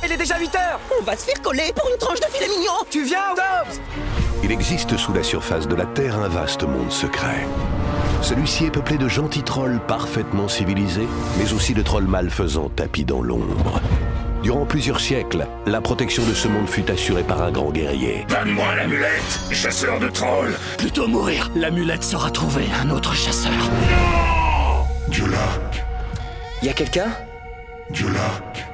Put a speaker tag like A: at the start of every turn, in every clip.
A: Il est déjà 8h.
B: On va se faire coller pour une tranche de filet mignon.
A: Tu viens, Dobbs?
C: Il existe sous la surface de la Terre un vaste monde secret. Celui-ci est peuplé de gentils trolls parfaitement civilisés, mais aussi de trolls malfaisants tapis dans l'ombre. Durant plusieurs siècles, la protection de ce monde fut assurée par un grand guerrier.
D: Donne-moi l'amulette, chasseur de trolls.
E: Plutôt mourir. L'amulette sera trouvée, un autre chasseur.
D: Non! Dulak.
A: Y a quelqu'un?
D: Dulak.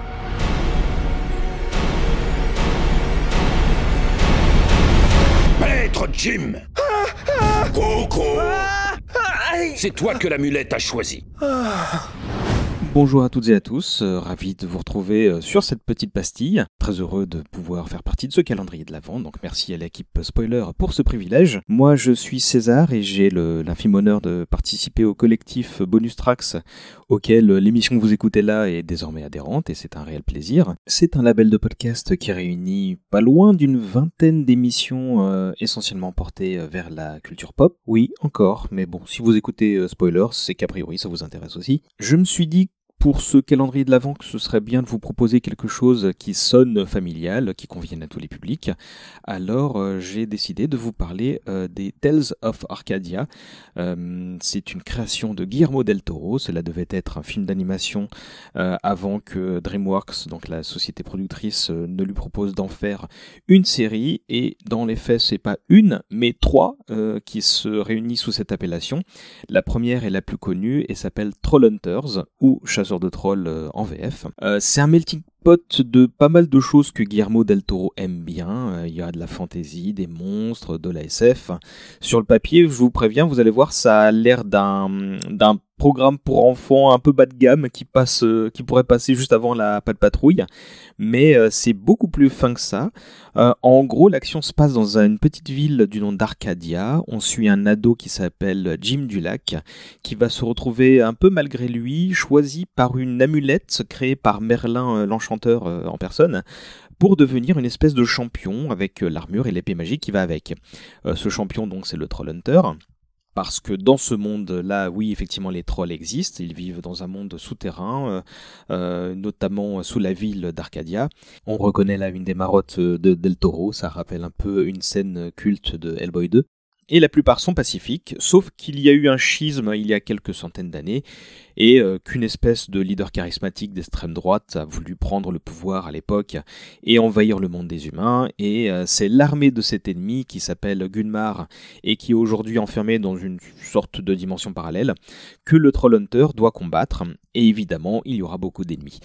D: Maître Jim. Coco. C'est toi que l'amulette a choisi.
F: Bonjour à toutes et à tous, ravi de vous retrouver sur cette petite pastille. Très heureux de pouvoir faire partie de ce calendrier de l'Avent, donc merci à l'équipe Spoiler pour ce privilège. Moi je suis César et j'ai l'infime honneur de participer au collectif Bonus Tracks auquel l'émission que vous écoutez là est désormais adhérente et c'est un réel plaisir. C'est un label de podcast qui réunit pas loin d'une vingtaine d'émissions essentiellement portées vers la culture pop. Oui, encore, mais bon, si vous écoutez Spoiler, c'est qu'a priori ça vous intéresse aussi. Je me suis dit pour ce calendrier de l'Avent que ce serait bien de vous proposer quelque chose qui sonne familial, qui convienne à tous les publics. Alors j'ai décidé de vous parler des Tales of Arcadia. C'est une création de Guillermo del Toro. Cela devait être un film d'animation avant que DreamWorks, donc la société productrice, ne lui propose d'en faire une série. Et dans les faits, c'est pas une, mais trois qui se réunissent sous cette appellation. La première est la plus connue et s'appelle Trollhunters, ou Chasseurs de trolls en VF. C'est un melting pot de pas mal de choses que Guillermo del Toro aime bien. Il y a de la fantasy, des monstres, de la SF. Sur le papier, je vous préviens, vous allez voir, ça a l'air d'un programme pour enfants un peu bas de gamme qui pourrait passer juste avant la Pat' Patrouille, mais c'est beaucoup plus fin que ça. En gros, l'action se passe dans une petite ville du nom d'Arcadia. On suit un ado qui s'appelle Jim Dulac, qui va se retrouver un peu malgré lui choisi par une amulette créée par Merlin l'Enchanteur en personne, pour devenir une espèce de champion avec l'armure et l'épée magique qui va avec. Ce champion donc c'est le Trollhunter. Parce que dans ce monde-là, oui, effectivement, les trolls existent. Ils vivent dans un monde souterrain, notamment sous la ville d'Arcadia. On reconnaît là une des marottes de Del Toro. Ça rappelle un peu une scène culte de Hellboy 2. Et la plupart sont pacifiques, sauf qu'il y a eu un schisme il y a quelques centaines d'années, et qu'une espèce de leader charismatique d'extrême droite a voulu prendre le pouvoir à l'époque et envahir le monde des humains, et c'est l'armée de cet ennemi qui s'appelle Gunmar et qui est aujourd'hui enfermée dans une sorte de dimension parallèle que le Trollhunter doit combattre, et évidemment il y aura beaucoup d'ennemis.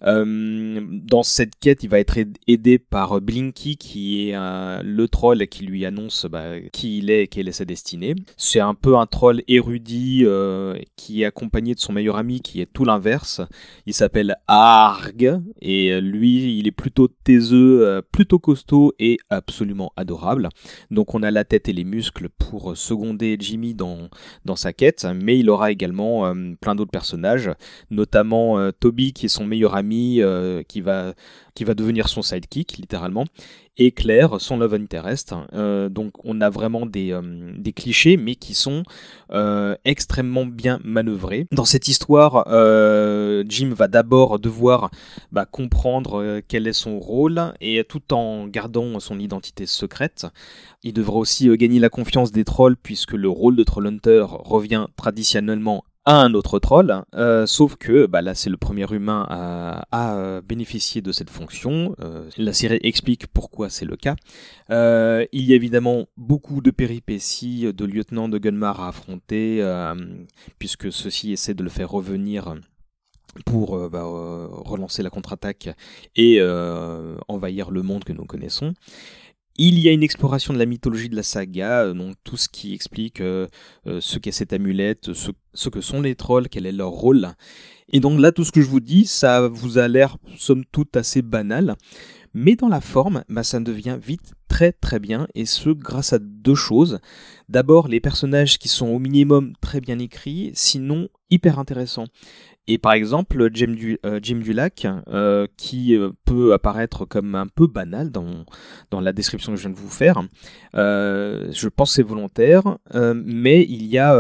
F: Dans cette quête il va être aidé par Blinky qui est le troll qui lui annonce qui il est et quelle est sa destinée. C'est un peu un troll érudit qui est accompagné de son meilleur ami qui est tout l'inverse. Il s'appelle Arg et lui il est plutôt taiseux, plutôt costaud et absolument adorable. Donc on a la tête et les muscles pour seconder Jimmy dans sa quête, mais il aura également plein d'autres personnages, notamment Toby qui est son meilleur ami qui va devenir son sidekick littéralement, et Claire, son love interest. Donc on a vraiment des clichés, mais qui sont extrêmement bien manœuvrés. Dans cette histoire, Jim va d'abord devoir comprendre quel est son rôle, et tout en gardant son identité secrète. Il devra aussi gagner la confiance des trolls, puisque le rôle de Trollhunter revient traditionnellement à un autre troll, sauf que là c'est le premier humain à bénéficier de cette fonction. La série explique pourquoi c'est le cas. Il y a évidemment beaucoup de péripéties de lieutenants de Gunmar à affronter, puisque ceux-ci essaient de le faire revenir pour relancer la contre-attaque et envahir le monde que nous connaissons. Il y a une exploration de la mythologie de la saga, donc tout ce qui explique ce qu'est cette amulette, ce que sont les trolls, quel est leur rôle. Et donc là, tout ce que je vous dis, ça vous a l'air somme toute assez banal, mais dans la forme, ça devient vite très très bien, et ce grâce à deux choses. D'abord, les personnages qui sont au minimum très bien écrits, sinon hyper intéressants. Et par exemple, Jim Dulac, qui peut apparaître comme un peu banal dans la description que je viens de vous faire, je pense que c'est volontaire, mais il y a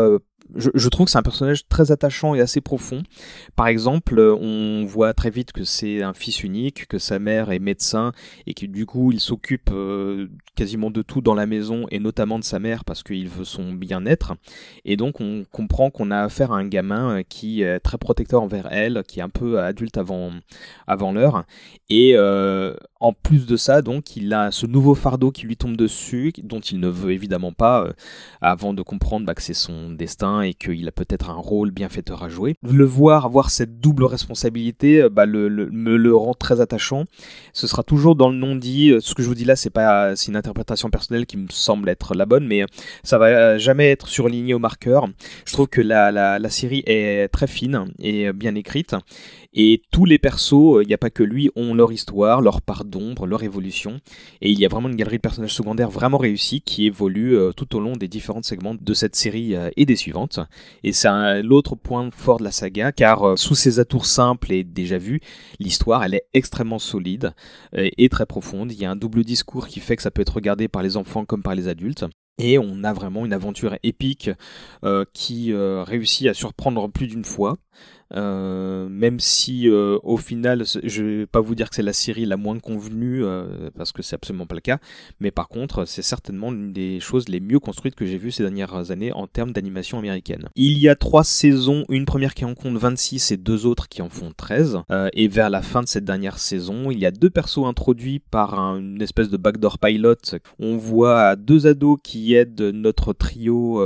F: je trouve que c'est un personnage très attachant et assez profond. Par exemple, on voit très vite que c'est un fils unique, que sa mère est médecin et que du coup il s'occupe quasiment de tout dans la maison et notamment de sa mère parce qu'il veut son bien-être. Et donc on comprend qu'on a affaire à un gamin qui est très protecteur envers elle, qui est un peu adulte avant l'heure. Et en plus de ça, donc, il a ce nouveau fardeau qui lui tombe dessus, dont il ne veut évidemment pas, avant de comprendre que c'est son destin et qu'il a peut-être un rôle bienfaiteur à jouer. Le voir avoir cette double responsabilité me le rend très attachant. Ce sera toujours dans le non-dit. Ce que je vous dis là, c'est une interprétation personnelle qui me semble être la bonne, mais ça va jamais être surligné au marqueur. Je trouve que la série est très fine et bien écrite. Et tous les persos, il n'y a pas que lui, ont leur histoire, leur part d'ombre, leur évolution. Et il y a vraiment une galerie de personnages secondaires vraiment réussis qui évoluent tout au long des différents segments de cette série et des suivantes. Et c'est l'autre point fort de la saga, car sous ses atours simples et déjà vus, l'histoire, elle est extrêmement solide et très profonde. Il y a un double discours qui fait que ça peut être regardé par les enfants comme par les adultes. Et on a vraiment une aventure épique qui réussit à surprendre plus d'une fois. Même si au final je vais pas vous dire que c'est la série la moins convenue parce que c'est absolument pas le cas, mais par contre c'est certainement l'une des choses les mieux construites que j'ai vues ces dernières années en termes d'animation américaine. Il y a 3 saisons, une première qui en compte 26 et 2 autres qui en font 13, et vers la fin de cette dernière saison il y a 2 persos introduits par une espèce de backdoor pilot. On voit 2 ados qui aident notre trio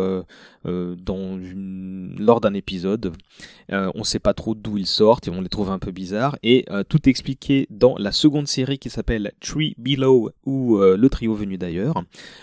F: lors d'un épisode. On sait pas trop d'où ils sortent et on les trouve un peu bizarres, et tout est expliqué dans la seconde série qui s'appelle Three Below, ou le trio venu d'ailleurs.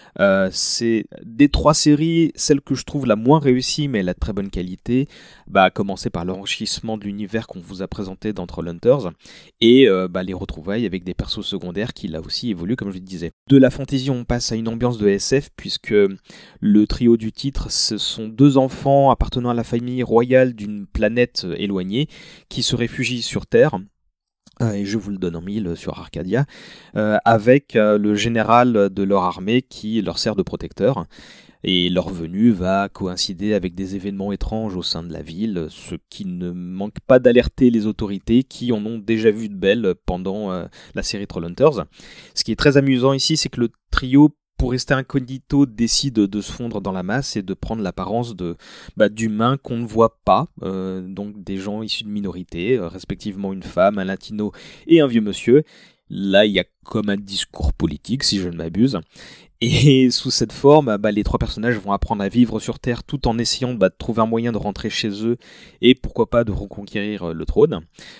F: C'est des 3 séries, celle que je trouve la moins réussie mais la très bonne qualité, à commencer par l'enrichissement de l'univers qu'on vous a présenté dans Trollhunters et les retrouvailles avec des persos secondaires qui là aussi évoluent comme je le disais. De la fantasy on passe à une ambiance de SF puisque le trio du titre ce sont 2 enfants appartenant à la famille royale d'une planète éloignée qui se réfugient sur Terre. Et je vous le donne en 1000 sur Arcadia, avec le général de leur armée qui leur sert de protecteur. Et leur venue va coïncider avec des événements étranges au sein de la ville, ce qui ne manque pas d'alerter les autorités qui en ont déjà vu de belles pendant la série Trollhunters. Ce qui est très amusant ici, c'est que le trio, pour rester incognito, décide de se fondre dans la masse et de prendre l'apparence d'humains qu'on ne voit pas, donc des gens issus de minorités, respectivement une femme, un latino et un vieux monsieur. Là, il y a comme un discours politique, si je ne m'abuse. Et sous cette forme, les 3 personnages vont apprendre à vivre sur Terre tout en essayant de trouver un moyen de rentrer chez eux et pourquoi pas de reconquérir le trône.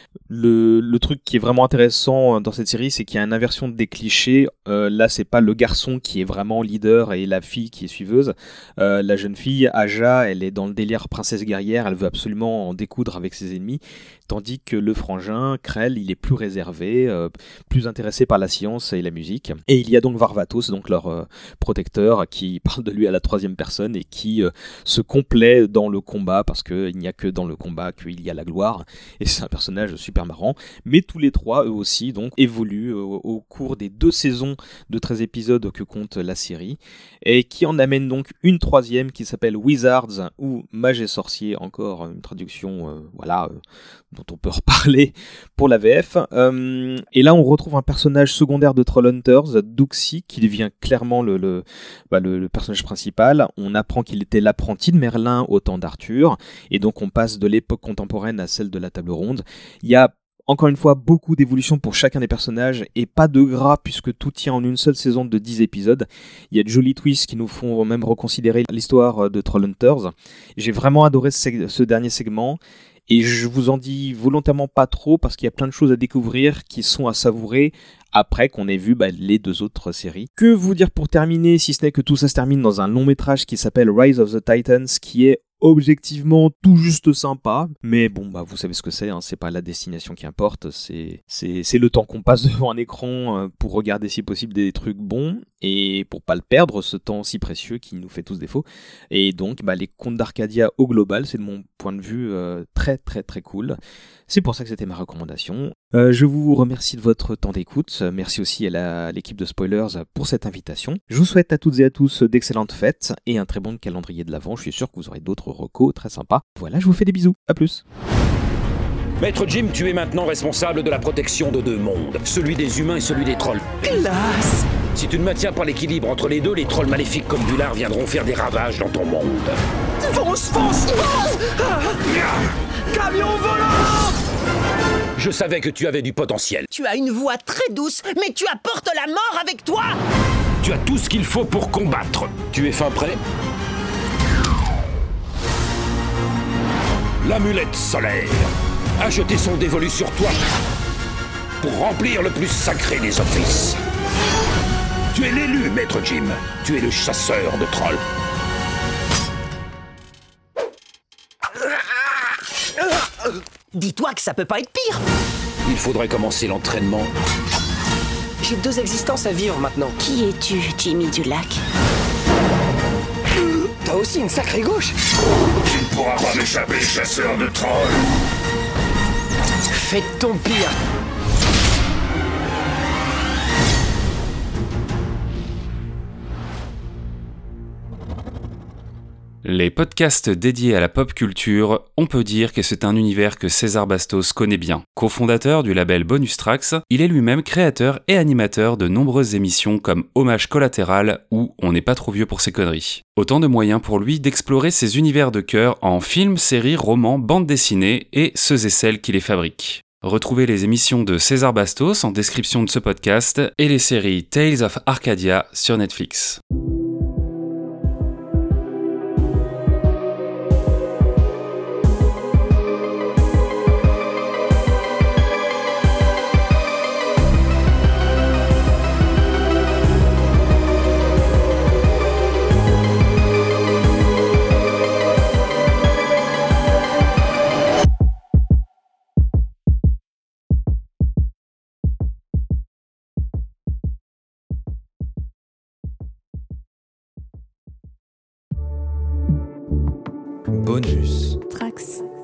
F: Le truc qui est vraiment intéressant dans cette série, c'est qu'il y a une inversion des clichés. Là, c'est pas le garçon qui est vraiment leader et la fille qui est suiveuse. La jeune fille, Aja, elle est dans le délire princesse guerrière, elle veut absolument en découdre avec ses ennemis. Tandis que le frangin, Krell, il est plus réservé, plus intéressé par la science et la musique. Et il y a donc Varvatos, donc leur protecteur, qui parle de lui à la 3e personne et qui se complaît dans le combat, parce qu'il n'y a que dans le combat qu'il y a la gloire. Et c'est un personnage super marrant. Mais tous les 3, eux aussi, donc, évoluent au cours des 2 saisons de 13 épisodes que compte la série, et qui en amène donc une 3e qui s'appelle Wizards, ou Mages et Sorciers, encore une traduction, dont on peut reparler pour la VF. Et là, on retrouve un personnage secondaire de Trollhunters, Duxi, qui devient clairement le personnage principal. On apprend qu'il était l'apprenti de Merlin au temps d'Arthur, et donc on passe de l'époque contemporaine à celle de la table ronde. Il y a encore une fois beaucoup d'évolution pour chacun des personnages et pas de gras puisque tout tient en une seule saison de 10 épisodes. Il y a de jolis twists qui nous font même reconsidérer l'histoire de Trollhunters. J'ai vraiment adoré ce dernier segment. Et je vous en dis volontairement pas trop parce qu'il y a plein de choses à découvrir qui sont à savourer après qu'on ait vu les 2 autres séries. Que vous dire pour terminer, si ce n'est que tout ça se termine dans un long métrage qui s'appelle Rise of the Titans, qui est objectivement tout juste sympa, mais bon vous savez ce que c'est, c'est pas la destination qui importe, c'est le temps qu'on passe devant un écran pour regarder si possible des trucs bons. et pour pas le perdre, ce temps si précieux qui nous fait tous défaut. Et donc les contes d'Arcadia au global, c'est de mon point de vue très très très cool. C'est pour ça que c'était ma recommandation. Je vous remercie de votre temps d'écoute. Merci aussi à l'équipe de Spoilers pour cette invitation. Je vous souhaite à toutes et à tous d'excellentes fêtes et un très bon calendrier de l'Avent. Je suis sûr que vous aurez d'autres recos très sympas. Voilà, je vous fais des bisous. À plus.
D: Maître Jim, tu es maintenant responsable de la protection de 2 mondes, celui des humains et celui des trolls.
B: Hélas!
D: Si tu ne maintiens pas l'équilibre entre les deux, les trolls maléfiques comme Bullard viendront faire des ravages dans ton monde.
B: Fonce! Camion volant!
D: Je savais que tu avais du potentiel.
B: Tu as une voix très douce, mais tu apportes la mort avec toi!
D: Tu as tout ce qu'il faut pour combattre. Tu es fin prêt? L'amulette solaire a jeté son dévolu sur toi pour remplir le plus sacré des offices. Tu es l'élu, Maître Jim. Tu es le chasseur de trolls.
B: Dis-toi que ça peut pas être pire!
D: Il faudrait commencer l'entraînement.
A: J'ai 2 existences à vivre maintenant.
G: Qui es-tu, Jimmy du lac?
A: T'as aussi une sacrée gauche.
D: Tu ne pourras pas m'échapper, chasseur de trolls.
A: Fais de ton pire.
H: Les podcasts dédiés à la pop culture, on peut dire que c'est un univers que César Bastos connaît bien. Cofondateur du label Bonus Tracks, il est lui-même créateur et animateur de nombreuses émissions comme Hommage Collatéral ou On n'est pas trop vieux pour ces conneries. Autant de moyens pour lui d'explorer ses univers de cœur en films, séries, romans, bandes dessinées et ceux et celles qui les fabriquent. Retrouvez les émissions de César Bastos en description de ce podcast et les séries Tales of Arcadia sur Netflix.
I: Bonus
G: Trax.